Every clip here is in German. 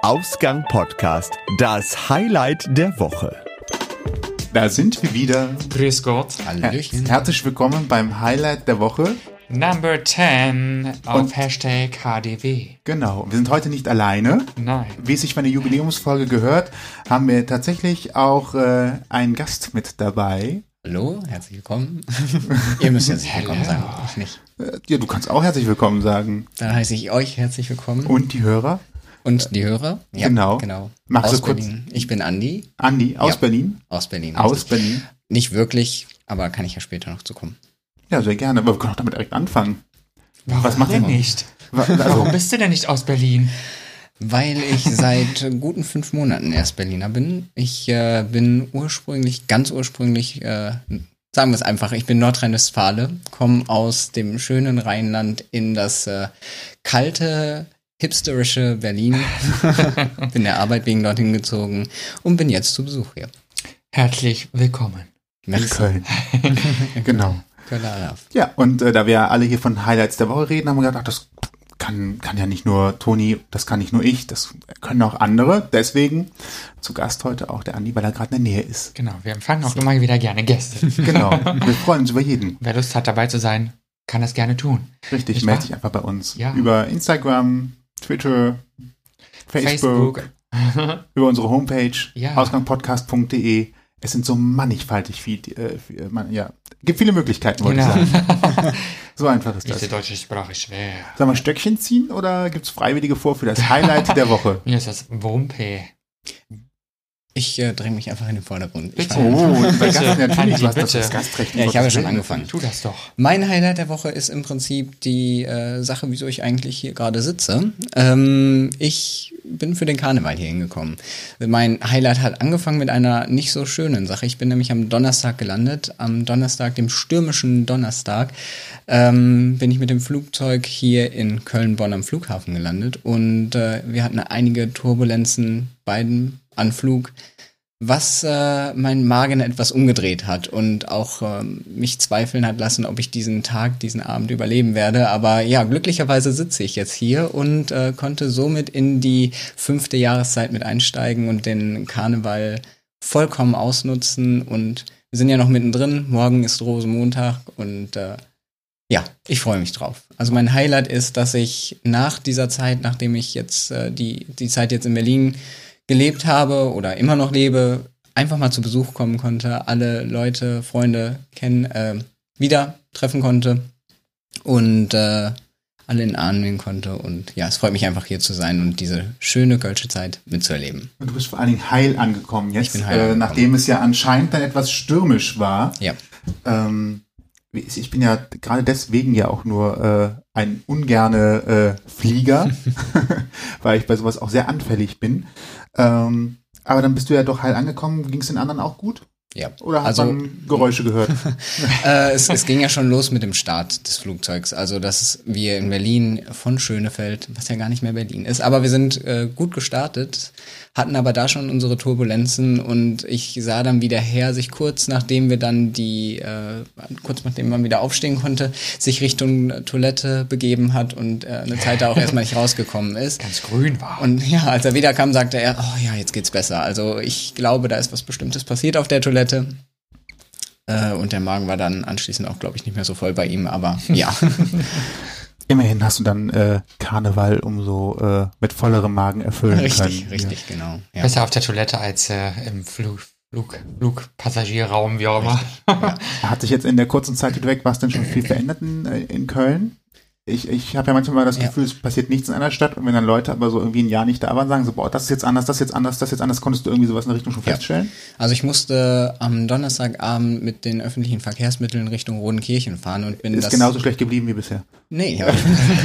Ausgang Podcast, das Highlight der Woche. Da sind wir wieder. Grüß Gott. Hallöchen. Herzlich willkommen beim Highlight der Woche. Number 10 auf Hashtag HDW. Genau, wir sind heute nicht alleine. Nein. Wie es sich für eine Jubiläumsfolge gehört, haben wir tatsächlich auch einen Gast mit dabei. Hallo, herzlich willkommen. Ihr müsst herzlich willkommen sagen, ich nicht. Ja, du kannst auch herzlich willkommen sagen. Dann heiße ich euch herzlich willkommen. Und die Hörer? Und die Hörer? Ja, genau. Magst aus du kurz? Berlin. Ich bin Andi. Andi, aus Berlin? Aus Berlin. Aus Berlin. Nicht wirklich, aber kann ich ja später noch zu kommen. Ja, sehr gerne, aber wir können auch damit direkt anfangen. Warum Was macht denn ihr nicht? Also, Warum bist du denn nicht aus Berlin? Weil ich seit guten 5 Monaten erst Berliner bin. Ich bin ganz ursprünglich, sagen wir es einfach, ich bin Nordrhein-Westfale, komme aus dem schönen Rheinland in das kalte, hipsterische Berlin. Bin der Arbeit wegen dorthin gezogen und bin jetzt zu Besuch hier. Herzlich willkommen. in Köln. Genau. Kölner Alarv. Ja, und da wir alle hier von Highlights der Woche reden, haben wir gedacht, ach, das kann ja nicht nur Toni, das kann nicht nur ich, das können auch andere. Deswegen zu Gast heute auch der Andi, weil er gerade in der Nähe ist. Genau, wir empfangen auch immer wieder gerne Gäste. Genau, wir freuen uns über jeden. Wer Lust hat, dabei zu sein, kann das gerne tun. Richtig, Nicht melde wahr? dich einfach bei uns. Ja. Über Instagram, Twitter, Facebook. Über unsere Homepage, Ja. ausgangpodcast.de. Es sind so mannigfaltig viel, gibt viele Möglichkeiten, wollte ich Genau. sagen. So einfach ist Ist das. die deutsche Sprache schwer. Sollen wir Stöckchen ziehen oder gibt es Freiwillige vor für das Highlight der Woche? Mir ist das Wumpe. Ich dränge mich einfach in den Vordergrund. Bitte. Und bei Bitte, Gast natürlich, Andi, du hast bitte. das Gastrecht. Ja, ich habe ja schon angefangen. Tu das doch. Mein Highlight der Woche ist im Prinzip die Sache, wieso ich eigentlich hier gerade sitze. Ich bin für den Karneval hier hingekommen. Mein Highlight hat angefangen mit einer nicht so schönen Sache. Ich bin nämlich am Donnerstag gelandet. Am Donnerstag, dem stürmischen Donnerstag, bin ich mit dem Flugzeug hier in Köln-Bonn am Flughafen gelandet. Und wir hatten einige Turbulenzen beim Anflug, was meinen Magen etwas umgedreht hat und auch mich zweifeln hat lassen, ob ich diesen Abend überleben werde. Aber ja, glücklicherweise sitze ich jetzt hier und konnte somit in die 5. Jahreszeit mit einsteigen und den Karneval vollkommen ausnutzen. Und wir sind ja noch mittendrin. Morgen ist Rosenmontag und ja, ich freue mich drauf. Also mein Highlight ist, dass ich nach dieser Zeit, nachdem ich jetzt die Zeit jetzt in Berlin gelebt habe oder immer noch lebe, einfach mal zu Besuch kommen konnte, alle Leute, Freunde wieder treffen konnte und alle in den Arm nehmen konnte. Und ja, es freut mich einfach hier zu sein und diese schöne kölsche Zeit mitzuerleben. Und du bist vor allen Dingen heil angekommen jetzt, Ich bin heil angekommen. Nachdem es ja anscheinend dann etwas stürmisch war. Ja. Ich bin ja gerade deswegen ja auch nur ein ungerne Flieger, weil ich bei sowas auch sehr anfällig bin. Aber dann bist du ja doch heil angekommen. Ging es den anderen auch gut? Ja. Oder hat man Geräusche gehört? Es ging ja schon los mit dem Start des Flugzeugs. Also, dass wir in Berlin von Schönefeld, was ja gar nicht mehr Berlin ist, aber wir sind gut gestartet, hatten aber da schon unsere Turbulenzen und ich sah dann, wie der Herr sich kurz nachdem man wieder aufstehen konnte, sich Richtung Toilette begeben hat und eine Zeit da auch erstmal nicht rausgekommen ist. Ganz grün war. Und ja, als er wiederkam, sagte er, oh ja, jetzt geht's besser. Also ich glaube, da ist was Bestimmtes passiert auf der Toilette. Und der Magen war dann anschließend auch, glaube ich, nicht mehr so voll bei ihm, aber ja. Immerhin hast du dann Karneval umso mit vollerem Magen erfüllen können. Richtig, genau. Ja. Besser auf der Toilette als im Flugpassagierraum, wie auch immer. Ja. Hat sich jetzt in der kurzen Zeit, die du weg warst, denn schon viel verändert in Köln? Ich habe ja manchmal mal das Gefühl, es passiert nichts in einer Stadt und wenn dann Leute aber so irgendwie ein Jahr nicht da waren, sagen so, boah, das ist jetzt anders, das ist jetzt anders, das ist jetzt anders, konntest du irgendwie sowas in der Richtung schon feststellen? Also ich musste am Donnerstagabend mit den öffentlichen Verkehrsmitteln Richtung Rodenkirchen fahren und bin Ist genauso schlecht geblieben wie bisher. Nee, aber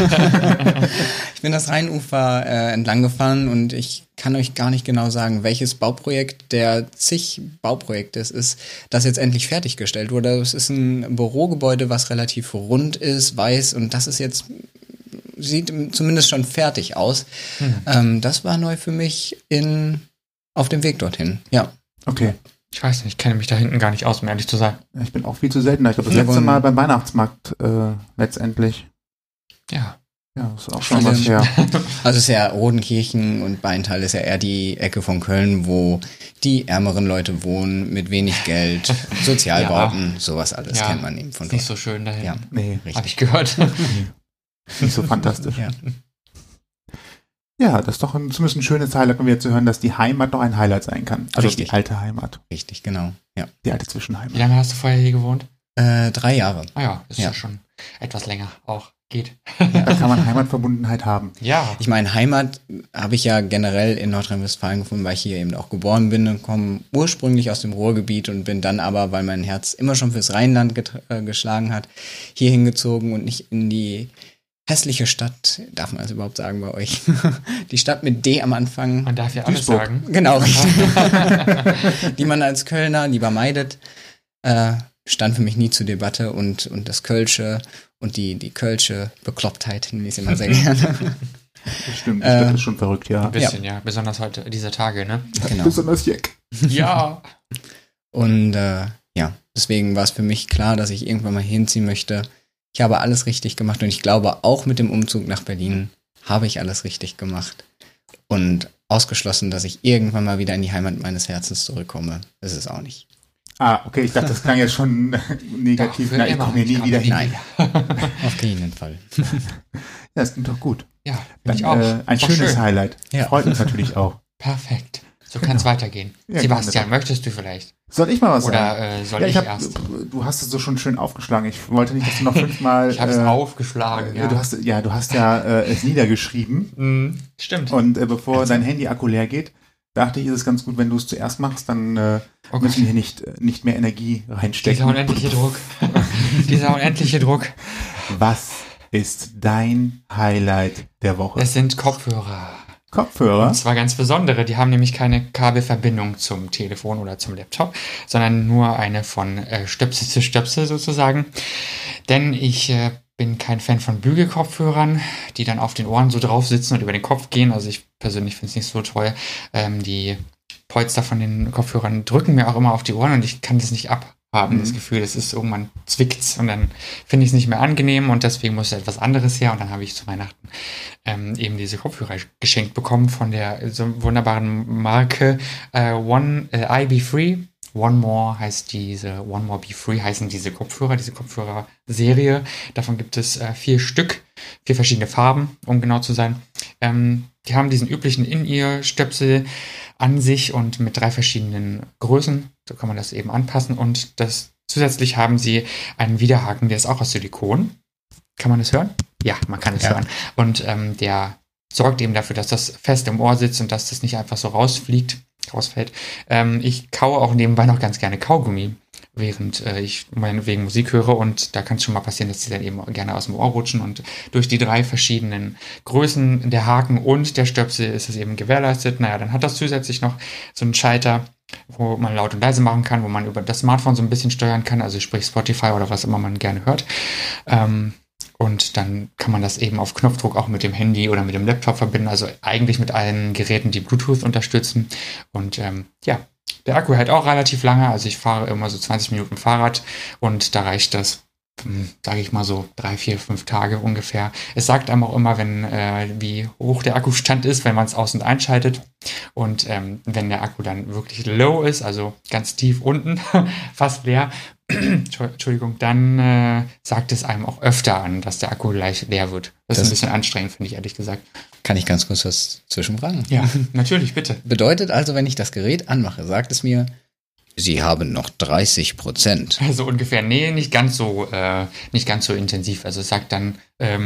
ich bin das Rheinufer entlang gefahren und ich kann euch gar nicht genau sagen, welches Bauprojekt der zig Bauprojekte es ist, das jetzt endlich fertiggestellt wurde. Es ist ein Bürogebäude, was relativ rund ist, weiß und das ist jetzt, sieht zumindest schon fertig aus. Das war neu für mich auf dem Weg dorthin, ja. Okay. Ich weiß nicht, ich kenne mich da hinten gar nicht aus, um ehrlich zu sein. Ich bin auch viel zu selten da. Ich glaube, das letzte Mal beim Weihnachtsmarkt letztendlich. Ja. Ja, das ist auch schon was her. Also ist ja Rodenkirchen und Beintal ist ja eher die Ecke von Köln, wo die ärmeren Leute wohnen, mit wenig Geld, Sozialbauten, sowas alles kennt man eben von dort. Nicht so dort. schön dahin. Ja, Nee, Habe ich gehört. nicht so fantastisch. Ja. Ja, das ist doch zumindest ein schönes Highlight, wenn wir jetzt zu hören, dass die Heimat noch ein Highlight sein kann. Also Richtig. die alte Heimat, Richtig, genau. Ja. die alte Wie Zwischenheimat. lange hast du vorher hier gewohnt? 3 Jahre. Ah ja, ist Ja. ja schon etwas länger auch. Geht. Da kann man Heimatverbundenheit haben. Ja. Ich meine, Heimat habe ich ja generell in Nordrhein-Westfalen gefunden, weil ich hier eben auch geboren bin und komme ursprünglich aus dem Ruhrgebiet und bin dann aber, weil mein Herz immer schon fürs Rheinland geschlagen hat, hier hingezogen und nicht in die hässliche Stadt, darf man das überhaupt sagen bei euch? Die Stadt mit D am Anfang. Man darf ja alles Duisburg. sagen. Genau, richtig. Die man als Kölner lieber meidet, stand für mich nie zur Debatte und das Kölsche und die Kölsche Beklopptheit nenne ich es immer sehr gerne. Das stimmt, die Stadt ist schon verrückt, ja. Ein bisschen, ja. Besonders heute, dieser Tage, ne? Genau. Besonders Jack. Ja. Und ja, deswegen war es für mich klar, dass ich irgendwann mal hinziehen möchte. Ich habe alles richtig gemacht und ich glaube, auch mit dem Umzug nach Berlin habe ich alles richtig gemacht. Und ausgeschlossen, dass ich irgendwann mal wieder in die Heimat meines Herzens zurückkomme, ist es auch nicht. Ah, okay, ich dachte, das klang jetzt schon negativ. Doch, für Na, ich immer. komme hier nie wieder hin. Nein, auf keinen Fall. Ja, das klingt doch gut. Ja, bin Dann, ich auch. ein Doch schönes schön. Highlight. Ja. Freut uns natürlich auch. Perfekt. So kann es weitergehen. Ja, Sebastian, genau. möchtest du vielleicht? Soll ich mal was Oder sagen? soll Ja, ich hab, erst? du hast es so schon schön aufgeschlagen. Ich wollte nicht, dass du noch 5-mal... Ich habe es aufgeschlagen, ja. Du hast es niedergeschrieben. Stimmt. Und bevor dein Handy-Akku leer geht, dachte ich, ist es ganz gut, wenn du es zuerst machst, dann Oh müssen Gott. wir nicht mehr Energie reinstecken. Dieser unendliche Druck. Dieser unendliche Druck. Was ist dein Highlight der Woche? Es sind Kopfhörer. Kopfhörer? Und zwar ganz besondere. Die haben nämlich keine Kabelverbindung zum Telefon oder zum Laptop, sondern nur eine von Stöpsel zu Stöpsel sozusagen. Denn ich bin kein Fan von Bügelkopfhörern, die dann auf den Ohren so drauf sitzen und über den Kopf gehen. Also ich persönlich finde es nicht so toll. Die Polster von den Kopfhörern drücken mir auch immer auf die Ohren und ich kann das nicht abhaben. Das Gefühl, es ist irgendwann zwickt's und dann finde ich es nicht mehr angenehm und deswegen muss etwas anderes her und dann habe ich zu Weihnachten eben diese Kopfhörer geschenkt bekommen von der so wunderbaren Marke I Be Free. One More Be Free heißen diese Kopfhörerserie. Davon gibt es 4 Stück, 4 verschiedene Farben, um genau zu sein. Die haben diesen üblichen In-Ear-Stöpsel an sich und mit 3 verschiedenen Größen. So kann man das eben anpassen. Und zusätzlich haben sie einen Widerhaken, der ist auch aus Silikon. Kann man das hören? Ja, man kann es hören. Und der sorgt eben dafür, dass das fest im Ohr sitzt und dass das nicht einfach so rausfällt. Ich kaue auch nebenbei noch ganz gerne Kaugummi, während ich meinetwegen Musik höre und da kann es schon mal passieren, dass die dann eben gerne aus dem Ohr rutschen und durch die 3 verschiedenen Größen, der Haken und der Stöpsel ist es eben gewährleistet. Naja, dann hat das zusätzlich noch so einen Schalter, wo man laut und leise machen kann, wo man über das Smartphone so ein bisschen steuern kann, also sprich Spotify oder was immer man gerne hört. Und dann kann man das eben auf Knopfdruck auch mit dem Handy oder mit dem Laptop verbinden, also eigentlich mit allen Geräten, die Bluetooth unterstützen. Und ja, der Akku hält auch relativ lange, also ich fahre immer so 20 Minuten Fahrrad und da reicht das, sage ich mal so 3, 4, 5 Tage ungefähr. Es sagt einem auch immer, wie hoch der Akkustand ist, wenn man es aus- und einschaltet. Und wenn der Akku dann wirklich low ist, also ganz tief unten, fast leer, Entschuldigung, dann sagt es einem auch öfter an, dass der Akku gleich leer wird. Das ist ein bisschen anstrengend, finde ich ehrlich gesagt. Kann ich ganz kurz was zwischenfragen? Ja, natürlich, bitte. Bedeutet also, wenn ich das Gerät anmache, sagt es mir, Sie haben noch 30%. Also ungefähr, nee, nicht ganz so intensiv. Also es sagt dann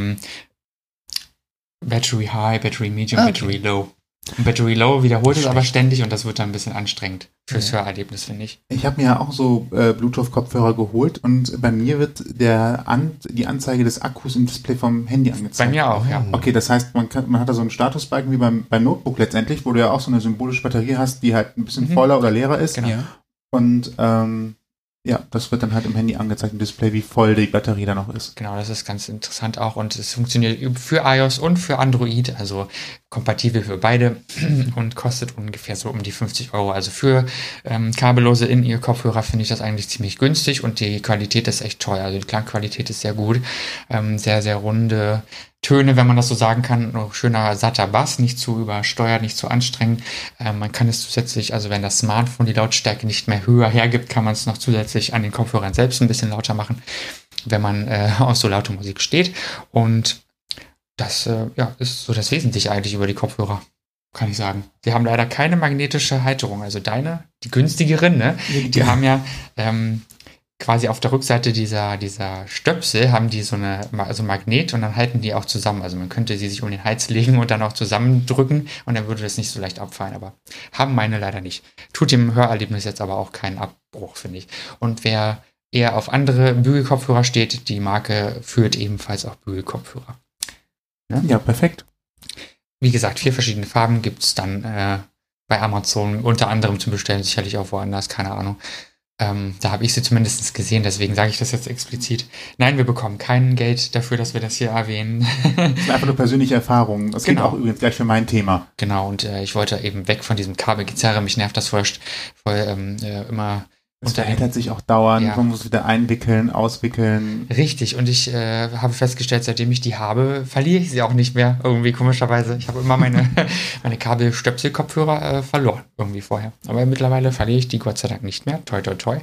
Battery High, Battery Medium, Okay. Battery Low. Und Battery Low wiederholt es aber ständig und das wird dann ein bisschen anstrengend fürs Hörerlebnis, finde ich. Ich habe mir ja auch so Bluetooth-Kopfhörer geholt und bei mir wird die Anzeige des Akkus im Display vom Handy angezeigt. Bei mir auch, ja. Okay, das heißt, man hat da so einen Statusbalken wie beim Notebook letztendlich, wo du ja auch so eine symbolische Batterie hast, die halt ein bisschen voller oder leerer ist. Genau. Ja. Und ja, das wird dann halt im Handy angezeigt, im Display, wie voll die Batterie da noch ist. Genau, das ist ganz interessant auch und es funktioniert für iOS und für Android, also kompatibel für beide und kostet ungefähr so um die 50 Euro. Also für kabellose In-Ear-Kopfhörer finde ich das eigentlich ziemlich günstig und die Qualität ist echt toll. Also die Klangqualität ist sehr gut, sehr, sehr runde Töne, wenn man das so sagen kann, noch schöner satter Bass, nicht zu übersteuert, nicht zu anstrengend. Man kann es zusätzlich, also wenn das Smartphone die Lautstärke nicht mehr höher hergibt, kann man es noch zusätzlich an den Kopfhörern selbst ein bisschen lauter machen, wenn man auf so laute Musik steht. Und das ist so das Wesentliche eigentlich über die Kopfhörer, kann ich sagen. Sie haben leider keine magnetische Halterung. Also die günstigeren, ne? Die haben ja quasi auf der Rückseite dieser Stöpsel haben die so ein Magnet und dann halten die auch zusammen. Also man könnte sie sich um den Hals legen und dann auch zusammendrücken und dann würde das nicht so leicht abfallen. Aber haben meine leider nicht. Tut dem Hörerlebnis jetzt aber auch keinen Abbruch, finde ich. Und wer eher auf andere Bügelkopfhörer steht, die Marke führt ebenfalls auch Bügelkopfhörer. Ne? Ja, perfekt. Wie gesagt, 4 verschiedene Farben gibt es dann bei Amazon unter anderem zu bestellen, sicherlich auch woanders, keine Ahnung. Da habe ich sie zumindest gesehen, deswegen sage ich das jetzt explizit. Nein, wir bekommen kein Geld dafür, dass wir das hier erwähnen. Das ist einfach nur persönliche Erfahrung. Das gilt auch übrigens gleich für mein Thema. Genau, und ich wollte eben weg von diesem Kabelgezerre. Mich nervt das voll immer. Das verändert sich auch dauernd, man muss wieder einwickeln, auswickeln. Richtig, und ich habe festgestellt, seitdem ich die habe, verliere ich sie auch nicht mehr, irgendwie komischerweise. Ich habe immer meine Kabelstöpsel-Kopfhörer verloren, irgendwie vorher. Aber mittlerweile verliere ich die Gott sei Dank nicht mehr. Toi, toi, toi.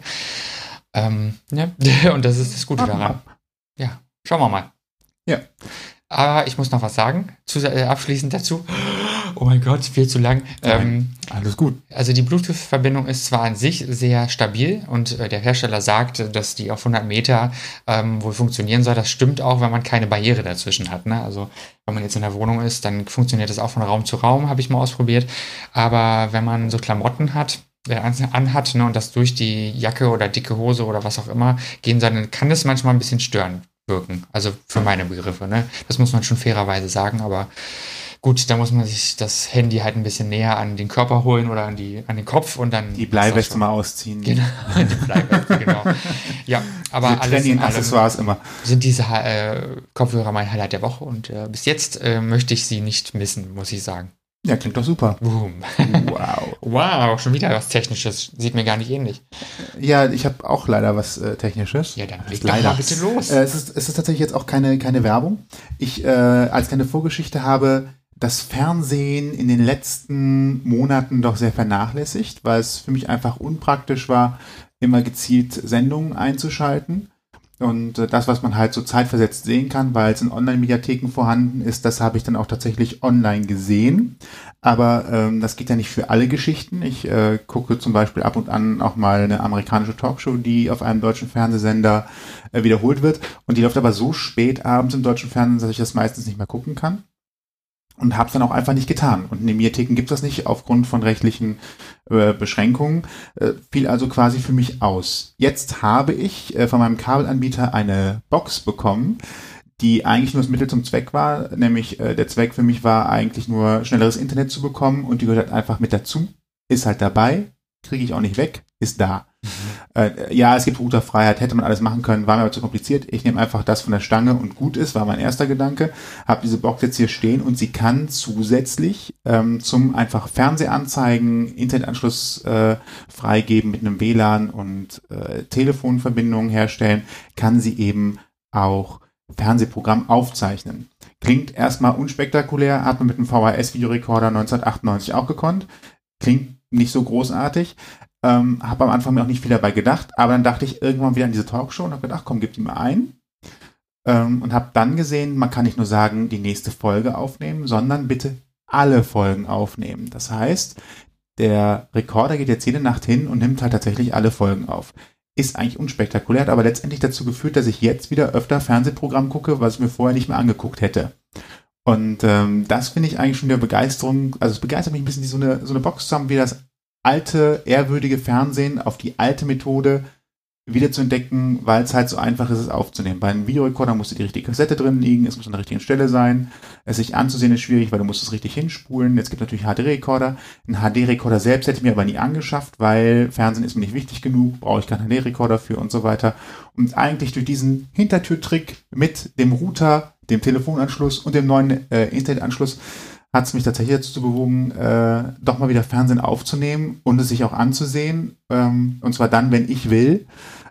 Und das ist das Gute daran. Ja, schauen wir mal. Ja. Aber ich muss noch was sagen, abschließend dazu. Oh mein Gott, viel zu lang. Alles gut. Also die Bluetooth-Verbindung ist zwar an sich sehr stabil und der Hersteller sagt, dass die auf 100 Meter wohl funktionieren soll. Das stimmt auch, wenn man keine Barriere dazwischen hat. Ne? Also wenn man jetzt in der Wohnung ist, dann funktioniert das auch von Raum zu Raum, habe ich mal ausprobiert. Aber wenn man so Klamotten anhat, ne, und das durch die Jacke oder dicke Hose oder was auch immer gehen soll, dann kann das manchmal ein bisschen störend wirken. Also für meine Begriffe. Ne? Das muss man schon fairerweise sagen, aber gut, da muss man sich das Handy halt ein bisschen näher an den Körper holen oder an den Kopf und dann... Die Bleiweste mal ausziehen. Genau, die Bleiweste, genau. Ja, aber diese alles in allem Accessoires immer. sind diese Kopfhörer mein Highlight der Woche und bis jetzt möchte ich sie nicht missen, muss ich sagen. Ja, klingt doch super. Boom. Wow. Wow, schon wieder was Technisches. Sieht mir gar nicht ähnlich. Ja, ich habe auch leider was Technisches. Ja, dann leg doch mal bitte los. Es ist tatsächlich jetzt auch keine Werbung. Ich als kleine Vorgeschichte habe das Fernsehen in den letzten Monaten doch sehr vernachlässigt, weil es für mich einfach unpraktisch war, immer gezielt Sendungen einzuschalten. Und das, was man halt so zeitversetzt sehen kann, weil es in Online-Mediatheken vorhanden ist, das habe ich dann auch tatsächlich online gesehen. Aber das geht ja nicht für alle Geschichten. Ich gucke zum Beispiel ab und an auch mal eine amerikanische Talkshow, die auf einem deutschen Fernsehsender wiederholt wird. Und die läuft aber so spät abends im deutschen Fernsehen, dass ich das meistens nicht mehr gucken kann. Und habe es dann auch einfach nicht getan. Und in den Mediatheken gibt es das nicht aufgrund von rechtlichen Beschränkungen. Fiel also quasi für mich aus. Jetzt habe ich von meinem Kabelanbieter eine Box bekommen, die eigentlich nur das Mittel zum Zweck war. Nämlich der Zweck für mich war eigentlich nur schnelleres Internet zu bekommen und die gehört halt einfach mit dazu. Ist halt dabei, kriege ich auch nicht weg, ist da. Ja, es gibt Routerfreiheit, hätte man alles machen können, war mir aber zu kompliziert. Ich nehme einfach das von der Stange und gut ist, war mein erster Gedanke. Habe diese Box jetzt hier stehen und sie kann zusätzlich zum einfach Fernsehanzeigen, Internetanschluss freigeben mit einem WLAN und Telefonverbindungen herstellen, kann sie eben auch Fernsehprogramm aufzeichnen. Klingt erstmal unspektakulär, hat man mit einem VHS-Videorekorder 1998 auch gekonnt. Klingt nicht so großartig. Habe am Anfang mir auch nicht viel dabei gedacht, aber dann dachte ich irgendwann wieder an diese Talkshow und habe gedacht, komm, gib die mal ein. Und habe dann gesehen, man kann nicht nur sagen, die nächste Folge aufnehmen, sondern bitte alle Folgen aufnehmen. Das heißt, der Rekorder geht jetzt jede Nacht hin und nimmt halt tatsächlich alle Folgen auf. Ist eigentlich unspektakulär, hat aber letztendlich dazu geführt, dass ich jetzt wieder öfter Fernsehprogramm gucke, was ich mir vorher nicht mehr angeguckt hätte. Und das finde ich eigentlich schon der Begeisterung, also es begeistert mich ein bisschen, so eine Box zu haben, wie das alte, ehrwürdige Fernsehen auf die alte Methode wieder zu entdecken, weil es halt so einfach ist, es aufzunehmen. Bei einem Videorekorder musste die richtige Kassette drin liegen, es muss an der richtigen Stelle sein. Es sich anzusehen ist schwierig, weil du musst es richtig hinspulen. Jetzt gibt es natürlich HD-Rekorder. Ein HD-Rekorder selbst hätte ich mir aber nie angeschafft, weil Fernsehen ist mir nicht wichtig genug, brauche ich keinen HD-Rekorder für und so weiter. Und eigentlich durch diesen Hintertürtrick mit dem Router, dem Telefonanschluss und dem neuen Internetanschluss hat es mich tatsächlich dazu bewogen, doch mal wieder Fernsehen aufzunehmen und es sich auch anzusehen. Und zwar dann, wenn ich will.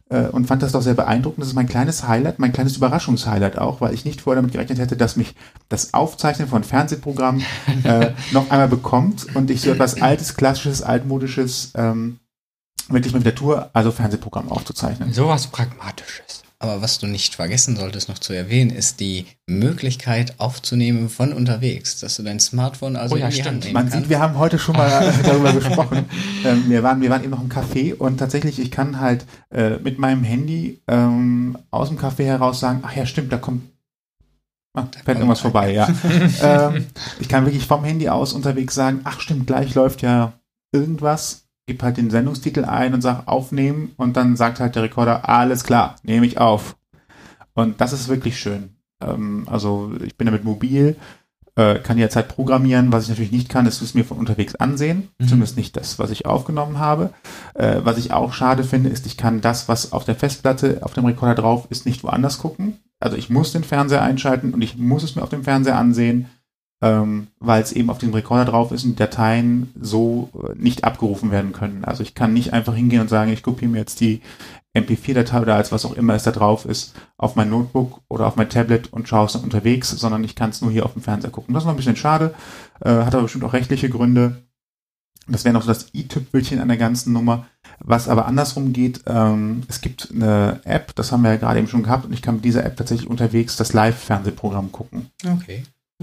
und fand das doch sehr beeindruckend. Das ist mein kleines Highlight, mein kleines Überraschungshighlight auch, weil ich nicht vorher damit gerechnet hätte, dass mich das Aufzeichnen von Fernsehprogrammen noch einmal bekommt und ich so etwas Altes, Klassisches, Altmodisches wirklich mal wieder tue, also Fernsehprogramm aufzuzeichnen. Sowas Pragmatisches. Aber was du nicht vergessen solltest noch zu erwähnen, ist die Möglichkeit aufzunehmen von unterwegs, dass du dein Smartphone also Oh ja, in die stimmt. Hand nehmen Man kannst. sieht, wir haben heute schon mal darüber gesprochen. Wir waren eben noch im Café und tatsächlich, ich kann halt mit meinem Handy aus dem Café heraus sagen, ach ja, stimmt, da kommt fällt irgendwas vorbei, ja. Ich kann wirklich vom Handy aus unterwegs sagen, ach stimmt, gleich läuft ja irgendwas, gib halt den Sendungstitel ein und sag aufnehmen und dann sagt halt der Rekorder, alles klar, nehme ich auf. Und das ist wirklich schön. Also ich bin damit mobil, kann jetzt halt programmieren. Was ich natürlich nicht kann, ist es mir von unterwegs ansehen. Zumindest nicht das, was ich aufgenommen habe. Was ich auch schade finde, ist, ich kann das, was auf der Festplatte, auf dem Rekorder drauf ist, nicht woanders gucken. Also ich muss den Fernseher einschalten und ich muss es mir auf dem Fernseher ansehen, weil es eben auf dem Rekorder drauf ist und die Dateien so nicht abgerufen werden können. Also ich kann nicht einfach hingehen und sagen, ich kopiere mir jetzt die MP4-Datei oder als was auch immer es da drauf ist, auf mein Notebook oder auf mein Tablet und schaue es dann unterwegs, sondern ich kann es nur hier auf dem Fernseher gucken. Das ist noch ein bisschen schade, hat aber bestimmt auch rechtliche Gründe. Das wäre noch so das i-Tüpfelchen an der ganzen Nummer. Was aber andersrum geht, es gibt eine App, das haben wir ja gerade eben schon gehabt, und ich kann mit dieser App tatsächlich unterwegs das Live-Fernsehprogramm gucken. Okay.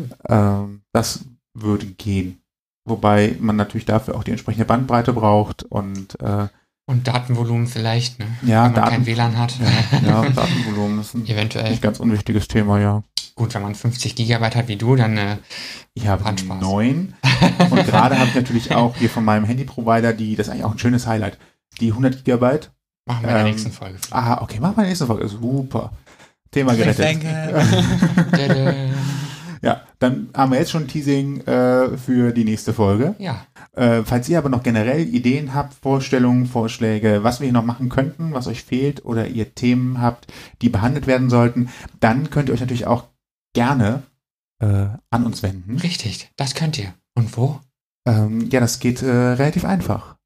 Das würde gehen. Wobei man natürlich dafür auch die entsprechende Bandbreite braucht und Datenvolumen vielleicht, ne? Ja, wenn man kein WLAN hat. Ja, Datenvolumen ist ein Eventuell. nicht ganz unwichtiges Thema, ja. Gut, wenn man 50 Gigabyte hat wie du, dann Ich habe hat Spaß. 9 und gerade habe ich natürlich auch hier von meinem Handyprovider das ist eigentlich auch ein schönes Highlight, die 100 Gigabyte. machen wir in der nächsten Folge. Okay, machen wir in der nächsten Folge. Super. Thema gerettet. Tada. Ja, dann haben wir jetzt schon Teasing für die nächste Folge. Ja, Falls ihr aber noch generell Ideen habt, Vorstellungen, Vorschläge, was wir hier noch machen könnten, was euch fehlt oder ihr Themen habt, die behandelt werden sollten, dann könnt ihr euch natürlich auch gerne an uns wenden. richtig, das könnt ihr. Und wo? Ja, das geht relativ einfach.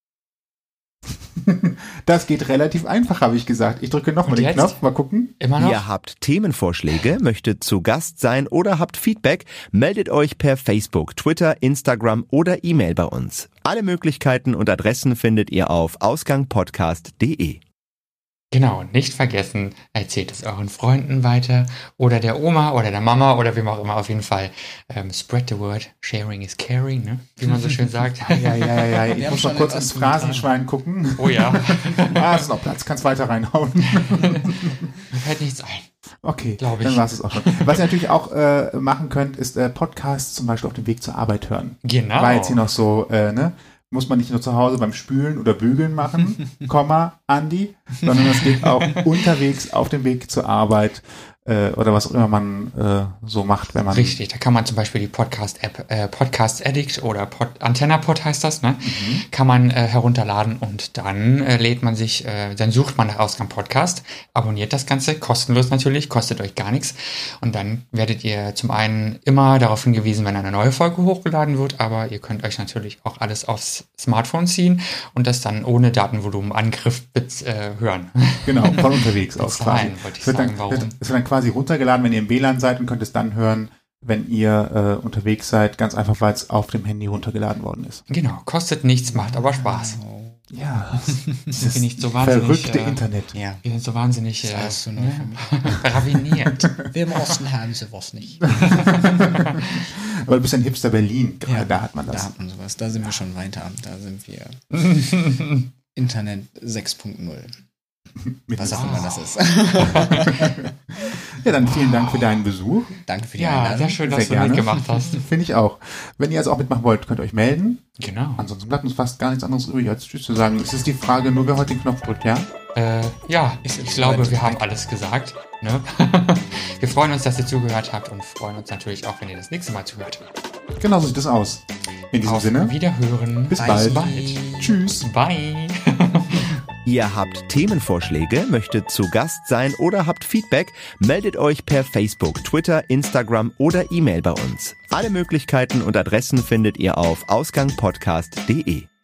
Das geht relativ einfach, habe ich gesagt. Ich drücke nochmal Und den jetzt? Knopf, mal gucken. Immer noch? Ihr habt Themenvorschläge, möchtet zu Gast sein oder habt Feedback, meldet euch per Facebook, Twitter, Instagram oder E-Mail bei uns. Alle Möglichkeiten und Adressen findet ihr auf ausgangpodcast.de. Genau, und nicht vergessen, erzählt es euren Freunden weiter oder der Oma oder der Mama oder wem auch immer. Auf jeden Fall spread the word, sharing is caring, ne? Wie man so schön sagt. Ja. Ich Wir muss haben noch schon kurz das ans erste Phrasenschwein gucken. Oh ja, Es ist noch Platz, kannst weiter reinhauen. mir fällt nichts ein. Okay, Glaub ich. dann war es auch schon. Was ihr natürlich auch machen könnt, ist Podcasts zum Beispiel auf dem Weg zur Arbeit hören. Genau. War jetzt hier noch so, muss man nicht nur zu Hause beim Spülen oder Bügeln machen, Andi, sondern es geht auch unterwegs auf dem Weg zur Arbeit oder was auch immer man so macht, wenn man... Richtig, da kann man zum Beispiel die Podcast-App Podcast Addict oder AntennaPod heißt das, ne? Kann man herunterladen und dann lädt man sich, dann sucht man nach Ausgang Podcast, abonniert das Ganze, kostenlos natürlich, kostet euch gar nichts und dann werdet ihr zum einen immer darauf hingewiesen, wenn eine neue Folge hochgeladen wird, aber ihr könnt euch natürlich auch alles aufs Smartphone ziehen und das dann ohne Datenvolumenangriff hören. Genau, von unterwegs aus quasi. Bezahlen, wollte ich Es wird sagen, dann, warum? es wird dann quasi runtergeladen, wenn ihr im WLAN seid und könnt es dann hören, wenn ihr unterwegs seid, ganz einfach, weil es auf dem Handy runtergeladen worden ist. Genau, kostet nichts, macht aber Spaß. Ja, Wir sind nicht so wahnsinnig, verrückte Internet. Ja. wir sind so wahnsinnig Das weißt du nur für mich. raviniert. Wir im Osten haben sowas nicht. Aber du bist ein Hipster Berlin, gerade da hat man Da das. hat man sowas. Da sind wir schon weiter. Da sind wir Internet 6.0. Was auch immer das ist. Ja, dann vielen Dank für deinen Besuch. Danke für die Ja, Einladung. sehr schön, dass Sehr du gerne. mitgemacht hast. Finde ich auch. Wenn ihr also auch mitmachen wollt, könnt ihr euch melden. Genau. Ansonsten bleibt uns fast gar nichts anderes übrig, als Tschüss zu sagen. Es ist die Frage, nur wer heute den Knopf drückt, ja? Ja, Ist ich jetzt glaube, soweit. wir haben alles gesagt. Ne? Wir freuen uns, dass ihr zugehört habt und freuen uns natürlich auch, wenn ihr das nächste Mal zuhört. Genau so sieht es aus. In diesem Auf Sinne, Wiederhören. bis Bye. bald. Tschüss. Bye. Ihr habt Themenvorschläge, möchtet zu Gast sein oder habt Feedback, meldet euch per Facebook, Twitter, Instagram oder E-Mail bei uns. Alle Möglichkeiten und Adressen findet ihr auf ausgangpodcast.de.